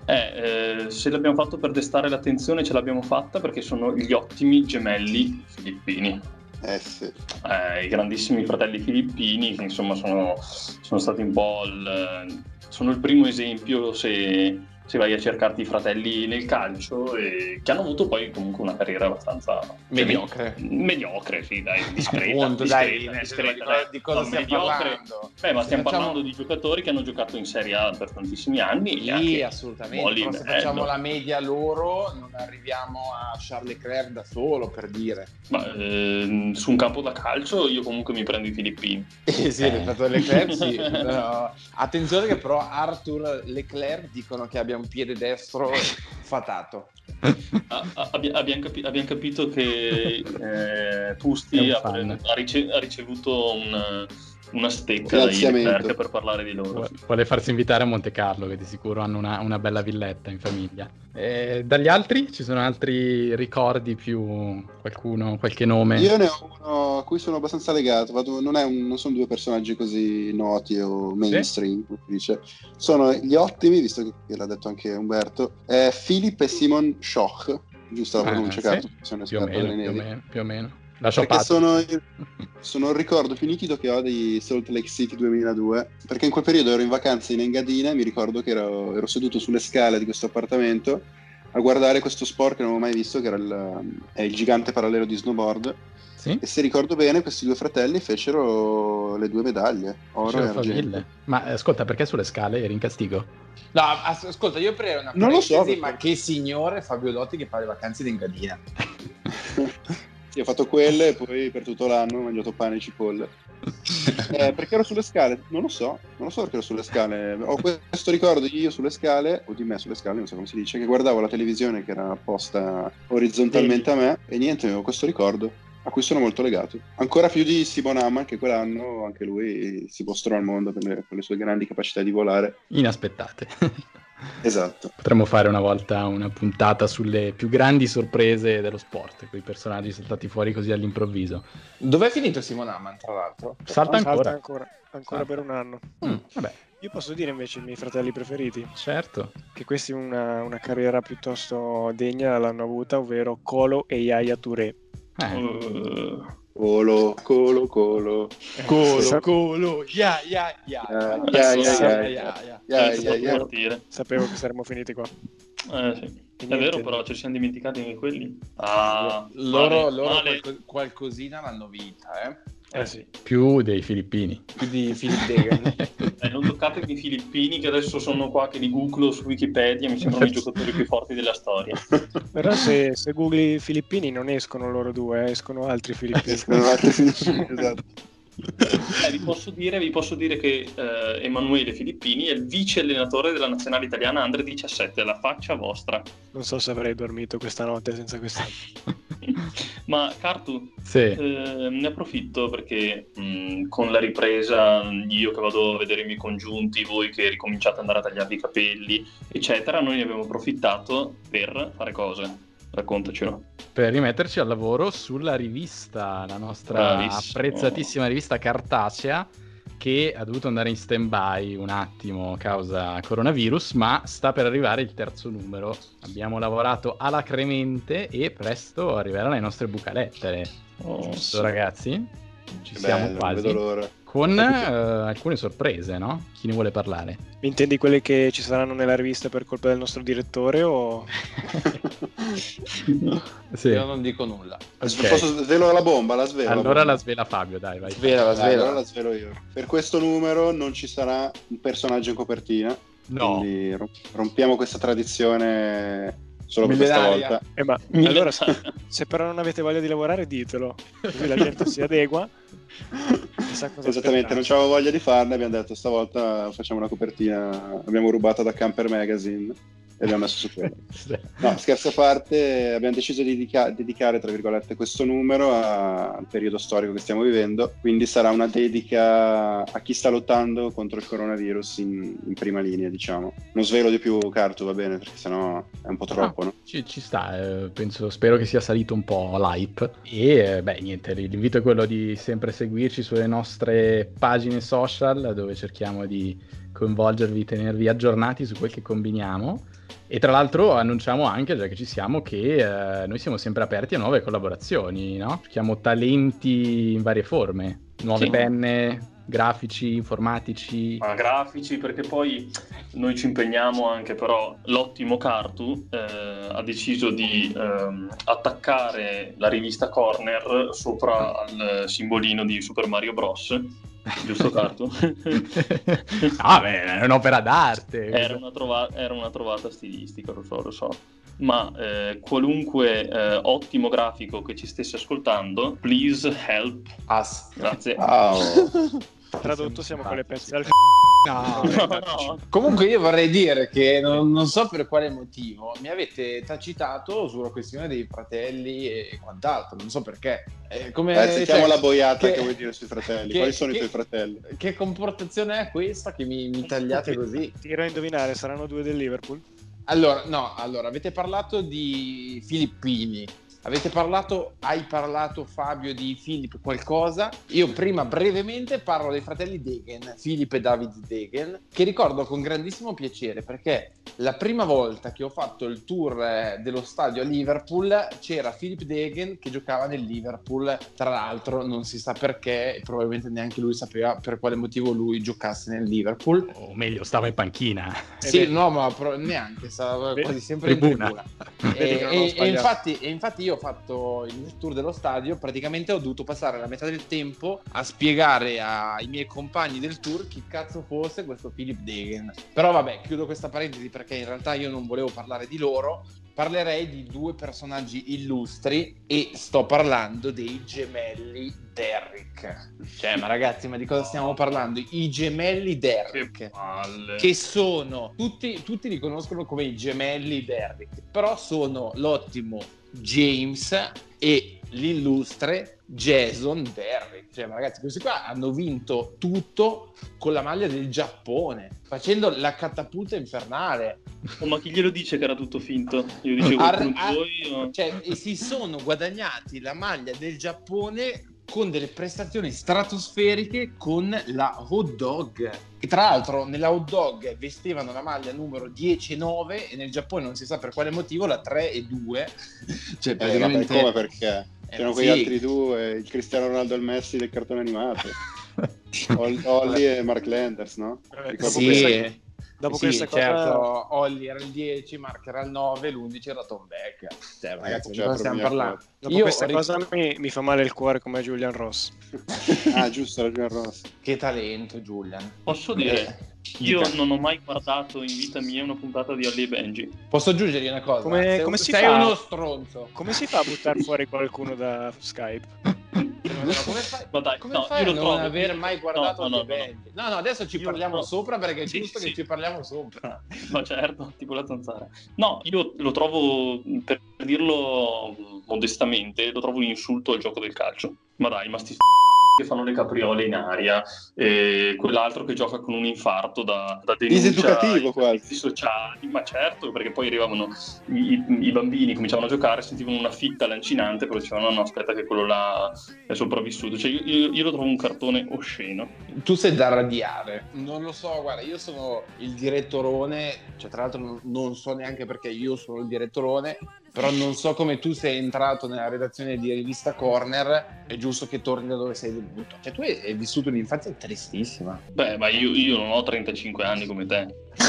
eh, eh, se l'abbiamo fatto per destare l'attenzione ce l'abbiamo fatta, perché sono gli ottimi gemelli filippini. Eh sì. eh, i grandissimi fratelli filippini che insomma sono, sono stati un po' il, sono il primo esempio se se vai a cercarti i fratelli nel calcio, e che hanno avuto poi comunque una carriera abbastanza mediocre, cioè, mediocre sì dai, discreta, appunto, discreta, dai, discreta, dai, di cosa no, stiamo mediocre. parlando? Beh, ma stiamo facciamo... parlando di giocatori che hanno giocato in Serie A per tantissimi anni. Sì, assolutamente, però se facciamo la media loro non arriviamo a Charles Leclerc da solo, per dire. Ma eh, su un campo da calcio io comunque mi prendo i filippini. Eh sì, rispetto a Leclerc sì. Però, attenzione che però Arthur Leclerc dicono che abbia un piede destro fatato. Ah, abbi- abbiamo, capi- abbiamo capito che eh, Pusti ha, pre- ha, rice- ha ricevuto un, una stecca dai Leclerc per parlare di loro. Vu- vuole farsi invitare a Monte Carlo, che di sicuro hanno una, una bella villetta in famiglia. Eh, dagli altri ci sono altri ricordi più, qualcuno, qualche nome? Io ne ho uno a cui sono abbastanza legato. Vado, non, è un, non sono due personaggi così noti o mainstream, come si dice. Sono gli ottimi, visto che, che l'ha detto anche Umberto, eh, Philip e Simon Schoch, giusto la pronuncia, ah, Carlo? sì? Sono più, o meno, delle più o nevi. meno, più o meno. Lascio Perché sono il, sono il ricordo più nitido che ho di Salt Lake City duemiladue, perché in quel periodo ero in vacanza in Engadina e mi ricordo che ero, ero seduto sulle scale di questo appartamento a guardare questo sport che non avevo mai visto, che era il, è il gigante parallelo di snowboard. Sì? E se ricordo bene questi due fratelli fecero le due medaglie, oro e argento. Ma ascolta, perché sulle scale eri in castigo? No, as- ascolta, io aprirei una non lo so, ma che signore Fabio Dotti che fa le vacanze in Engadina. Sì, ho fatto quelle e poi per tutto l'anno ho mangiato pane e cipolle. Eh, perché ero sulle scale? Non lo so, non lo so perché ero sulle scale. Ho questo ricordo di io sulle scale, o di me sulle scale, non so come si dice, che guardavo la televisione che era posta orizzontalmente a me e niente, avevo questo ricordo a cui sono molto legato. Ancora più di Simon Hamann, che quell'anno anche lui si mostrò al mondo per le, per le sue grandi capacità di volare. Inaspettate. Esatto. Potremmo fare una volta una puntata sulle più grandi sorprese dello sport, quei personaggi saltati fuori così all'improvviso. Dov'è finito Simon Amman, tra l'altro? Salta ancora. Salta ancora, ancora Salta. per un anno. Mm, vabbè, Io posso dire invece i miei fratelli preferiti, certo. che questi una, una carriera piuttosto degna l'hanno avuta, ovvero Colo e Yaya Touré. Eh, Uh, Colo, colo, colo. Colo, Sa- colo, ya, ya, ya. Ya, ya, ya, ya, ya, ya. Ya, senza ya, ya. partire. Sapevo che saremmo finiti qua. Eh, sì. E È niente. vero, però ci siamo dimenticati anche quelli. Ah, Loro, male, loro male. qualco- qualcosina l'hanno vinta, eh? Eh sì. più dei filippini. Più di Philip Degan. Eh, non toccate i filippini che adesso sono qua che li googlo su Wikipedia, mi sembrano i giocatori più forti della storia. Però se, se googli i filippini non escono loro due, eh, escono altri filippini. Escono altri filippini, esatto. Eh, vi, posso dire, vi posso dire che eh, Emanuele Filippini è il vice allenatore della nazionale italiana Under diciassette, la faccia vostra. Non so se avrei dormito questa notte senza questa. Ma Cartu, Sì. eh, ne approfitto perché mh, con la ripresa, io che vado a vedere i miei congiunti, voi che ricominciate ad andare a tagliarvi i capelli, eccetera, noi ne abbiamo approfittato per fare cose. Raccontacelo. Per rimetterci al lavoro sulla rivista, la nostra Bravissimo. apprezzatissima rivista cartacea, che ha dovuto andare in stand-by un attimo a causa coronavirus, ma sta per arrivare il terzo numero. Abbiamo lavorato alacremente e presto arriveranno le nostre bucalettere. Oh, Giusto, sì. ragazzi? Ci Che siamo bello, non quasi. vedo l'ora. Con eh, alcune sorprese, no? Chi ne vuole parlare? Intendi quelle che ci saranno nella rivista per colpa del nostro direttore o... Sì. Io non dico nulla. Adesso Ok. posso svelo la bomba, la svelo. Allora bomba. la svela Fabio, dai, vai. Svela, la Dai, svela. allora la svelo io. Per questo numero non ci sarà un personaggio in copertina. No. Quindi rom- rompiamo questa tradizione solo per Millenaria. questa volta. Eh, ma allora se, se però non avete voglia di lavorare ditelo, così la gente si adegua e sa cosa Esattamente, non aspettarsi. c'avevo voglia di farne, abbiamo detto stavolta facciamo una copertina, abbiamo rubato da Camper Magazine e abbiamo messo su quello. No, scherzi a parte, abbiamo deciso di dedica- dedicare, tra virgolette, questo numero a- al periodo storico che stiamo vivendo, quindi sarà una dedica a chi sta lottando contro il coronavirus in, in prima linea, diciamo. Non svelo di più, Cartu, va bene, perché sennò è un po' troppo, no? Ci, ci sta, eh, penso, spero che sia salito un po' l'hype. E eh, beh, niente, l'invito è quello di sempre seguirci sulle nostre pagine social, dove cerchiamo di coinvolgervi, tenervi aggiornati su quel che combiniamo. E tra l'altro annunciamo anche, già che ci siamo, che eh, noi siamo sempre aperti a nuove collaborazioni, no? Cerchiamo talenti in varie forme, nuove Sì. penne, grafici, informatici. Ma grafici, perché poi noi ci impegniamo anche, però l'ottimo Cartu eh, ha deciso di ehm, attaccare la rivista Corner sopra al simbolino di Super Mario Bros. Giusto, Cartu? Ah, beh, è un'opera d'arte. Era una, trova- era una trovata stilistica, lo so, lo so. Ma eh, qualunque eh, ottimo grafico che ci stesse ascoltando, please help. As. Grazie. Wow. Tradotto siamo con le pezze al No, No, no. Comunque io vorrei dire che non, non so per quale motivo mi avete tacitato sulla questione dei fratelli e quant'altro, non so perché. Eh, come, Eh, sentiamo cioè, la boiata che... che- vuoi dire sui fratelli. che- Quali sono che- i tuoi fratelli? Che comportazione è questa che mi, mi tagliate così? Tiro a indovinare, saranno due del Liverpool? Allora, no, allora, avete parlato di Filippini, avete parlato, hai parlato Fabio di Filippo qualcosa? Io prima brevemente parlo dei fratelli Degen, Filippo e David Degen, che ricordo con grandissimo piacere perché la prima volta che ho fatto il tour eh, dello stadio a Liverpool c'era Philip Degen che giocava nel Liverpool, tra l'altro non si sa perché e probabilmente neanche lui sapeva per quale motivo lui giocasse nel Liverpool. o meglio, stava in panchina. Sì, vedi- no, ma pro- neanche, stava Vedi- quasi sempre in tribuna. tribuna. Vedi E, che non ho e- e sbagliato. infatti, e infatti io ho fatto il tour dello stadio, praticamente ho dovuto passare la metà del tempo a spiegare ai miei compagni del tour chi cazzo fosse questo Philip Degen. Però vabbè, chiudo questa parentesi perché in realtà io non volevo parlare di loro, parlerei di due personaggi illustri e sto parlando dei gemelli Derrick. Cioè, ma ragazzi, ma di cosa stiamo parlando? I gemelli Derrick. Che palle. Che sono tutti, tutti li conoscono come i gemelli Derrick, però sono l'ottimo James e l'illustre Jason Derrick. Cioè, ma ragazzi, questi qua hanno vinto tutto con la maglia del Giappone, facendo la catapulta infernale. Oh, ma chi glielo dice che era tutto finto? Io dicevo Ar- qualcuno ar- di voi o... Cioè, e si sono guadagnati la maglia del Giappone con delle prestazioni stratosferiche con la hot dog. E tra l'altro nella hot dog vestivano la maglia numero dieci e nove e nel Giappone non si sa per quale motivo la tre e due. Cioè, Eh, praticamente... vabbè, come perché? C'erano Eh, quegli sì. altri due, il Cristiano Ronaldo e il Messi del cartone animato. Ol- Olli e Mark Landers, no? Vabbè, Ricordo dopo questa- questa- Dopo sì, questa cosa... certo, Olli era il dieci, Mark era il nove, l'undici era Tom Beck. Cioè, ragazzi, cioè, di cosa stiamo proprio parlando? Dopo Io questa ho ri- cosa mi, mi fa male il cuore come Julian Ross. Ah, giusto, ragione Ross. Che talento, Julian. Posso Eh, dire, io dica. non ho mai guardato in vita mia una puntata di Ollie e Benji. Posso aggiungergli una cosa? Come- sei come si sei fa? uno stronzo. Come si fa a buttare fuori qualcuno da Skype? No, come fai, Ma dai, come no, fai io a lo non trovo- aver mai guardato No, no, no, no, no, no. Benji? No, no, adesso ci Io parliamo no. sopra perché è Sì, giusto sì. che ci parliamo sopra. Ma certo, tipo la zanzara. No, io lo trovo, per dirlo modestamente, lo trovo un insulto al gioco del calcio. Ma dai, ma sti che fanno le capriole in aria, e quell'altro che gioca con un infarto da, da denuncia Diseducativo ai quasi. servizi sociali, ma certo, perché poi arrivavano i, i- i bambini, cominciavano a giocare, sentivano una fitta lancinante, però dicevano no, aspetta che quello là è sopravvissuto. Cioè io, io- io lo trovo un cartone osceno. Tu sei da radiare. Non lo so, guarda, io sono il direttorone, cioè tra l'altro non, non so neanche perché io sono il direttorone, però non so come tu sei entrato nella redazione di Rivista Corner, è giusto che torni da dove sei venuto. Cioè tu hai, hai vissuto un'infanzia tristissima. Beh, ma io, io non ho trentacinque anni come te.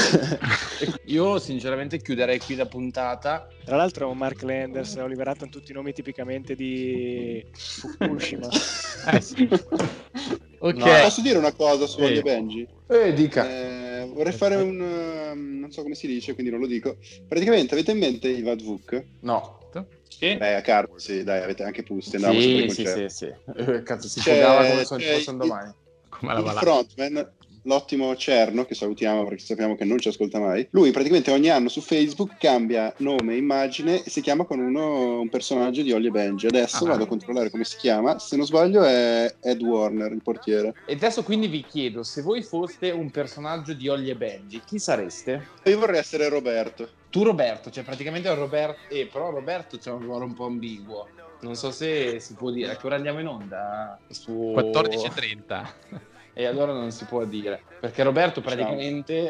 Io sinceramente chiuderei qui la puntata. Tra l'altro Mark Landers e Oliver Hutton, tutti i nomi tipicamente di Fukushima. Eh sì. Ok. No, Posso dire una cosa su Eh. Ollie e Benji? Eh, dica. Eh, vorrei fare un... um, non so come si dice, quindi non lo dico. Praticamente avete in mente i Vadvuk? No. Che? Beh, a Carlo, sì, dai, avete anche Pusti, andavamo sempre Sì, ai sì, concerti. sì, sì. Eh, Cazzo, si C'è- pogava come se non ci c'è fosse un il- domani. Come la Il va là? frontman, l'ottimo Cerno, che salutiamo perché sappiamo che non ci ascolta mai, lui praticamente ogni anno su Facebook cambia nome e immagine e si chiama con uno, un personaggio di Ollie e Benji. Adesso Ah. vado a controllare come si chiama, se non sbaglio è Ed Warner, il portiere. E adesso quindi vi chiedo, se voi foste un personaggio di Ollie e Benji, chi sareste? Io vorrei essere Roberto. Tu Roberto, cioè praticamente è Roberto, eh, però Roberto c'è un ruolo un po' ambiguo. Non so se si può dire, a che ora andiamo in onda? Su... quattordici e trenta. E allora non si può dire, perché Roberto praticamente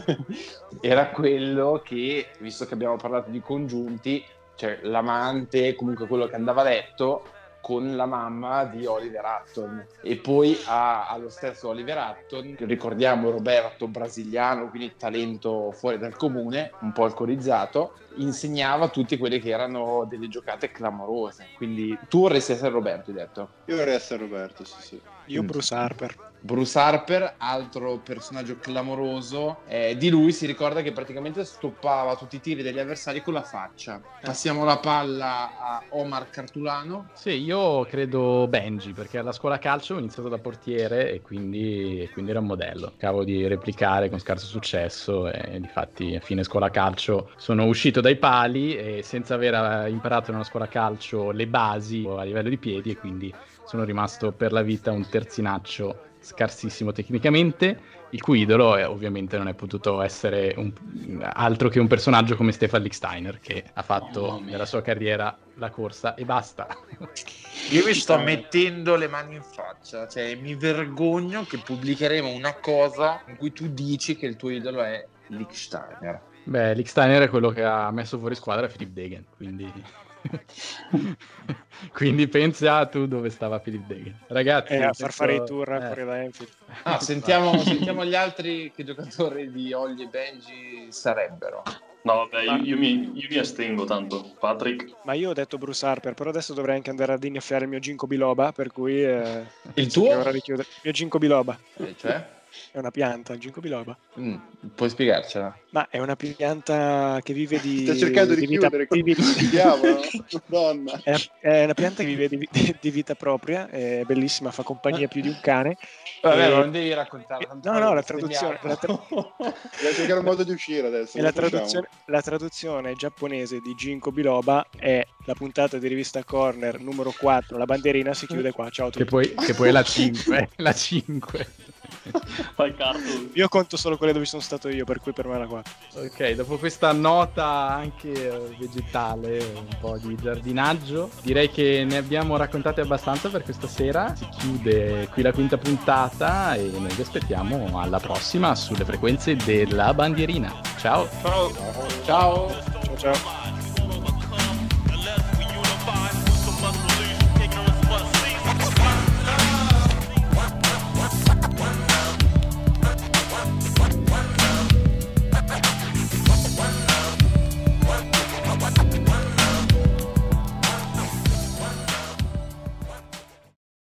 era quello che, visto che abbiamo parlato di congiunti, cioè l'amante, comunque quello che andava a letto con la mamma di Oliver Hutton, e poi ha, ha lo stesso Oliver Hutton, che ricordiamo Roberto brasiliano, quindi talento fuori dal comune, un po' alcolizzato, insegnava a tutti quelle che erano delle giocate clamorose. Quindi tu vorresti essere Roberto, hai detto? Io vorrei essere Roberto, sì, sì. Io Mm. Bruce Harper. Bruce Harper, altro personaggio clamoroso, eh, di lui si ricorda che praticamente stoppava tutti i tiri degli avversari con la faccia. Passiamo la palla a Omar Cartulano. Sì, io credo Benji, perché alla scuola calcio ho iniziato da portiere e quindi, e quindi era un modello. Cercavo di replicare con scarso successo e difatti a fine scuola calcio sono uscito dai pali e senza aver imparato nella scuola calcio le basi a livello di piedi, e quindi sono rimasto per la vita un terzinaccio scarsissimo tecnicamente, il cui idolo è, ovviamente non è potuto essere un, altro che un personaggio come Stefan Lichtsteiner, che ha fatto Mamma mia. nella sua carriera la corsa e basta. Io mi sto mettendo le mani in faccia, cioè mi vergogno che pubblicheremo una cosa in cui tu dici che il tuo idolo è Lichtsteiner. Beh, Lichtsteiner è quello che ha messo fuori squadra Philip Degen, quindi... quindi pensa tu dove stava Philip Degen. Ragazzi, E a nel far senso- fare i tour eh. fuori da Anfield. Ah, sentiamo, sentiamo gli altri che giocatori di Ollie e Benji sarebbero. No, vabbè, io, io mi, io mi astengo tanto. Patrick, Ma io ho detto Bruce Harper, però adesso dovrei anche andare ad innaffiare il mio ginkgo biloba, per cui eh, Il penso che tuo? è ora di chiudere. Il mio ginkgo biloba Eh, cioè? è una pianta, il ginkgo biloba. Mm, puoi spiegarcela? Ma è una pianta che vive di Stai cercando di, vita, chiudere, di vita- come si chiama? Madonna. È, è una pianta che vive di, di vita propria, è bellissima, fa compagnia più di un cane. Vabbè, E- ma non devi raccontarla. eh, tanto no, no, la bestemmiamo. traduzione- la tra- Devo cercare un modo di uscire adesso. E la lo facciamo. traduzione, la traduzione giapponese di Ginkgo biloba è la puntata di Rivista Corner numero quattro, la bandierina si chiude qua, ciao a tutti. Che poi, che poi è la cinque, la cinque. Fai cartoon. Io conto solo quelle dove sono stato io, per cui per me era quattro. Ok, dopo questa nota anche eh, vegetale, un po' di giardinaggio, direi che ne abbiamo raccontate abbastanza per questa sera. Si chiude qui la quinta puntata e noi vi aspettiamo alla prossima sulle frequenze della bandierina. Ciao! Ciao. Ciao. Ciao ciao.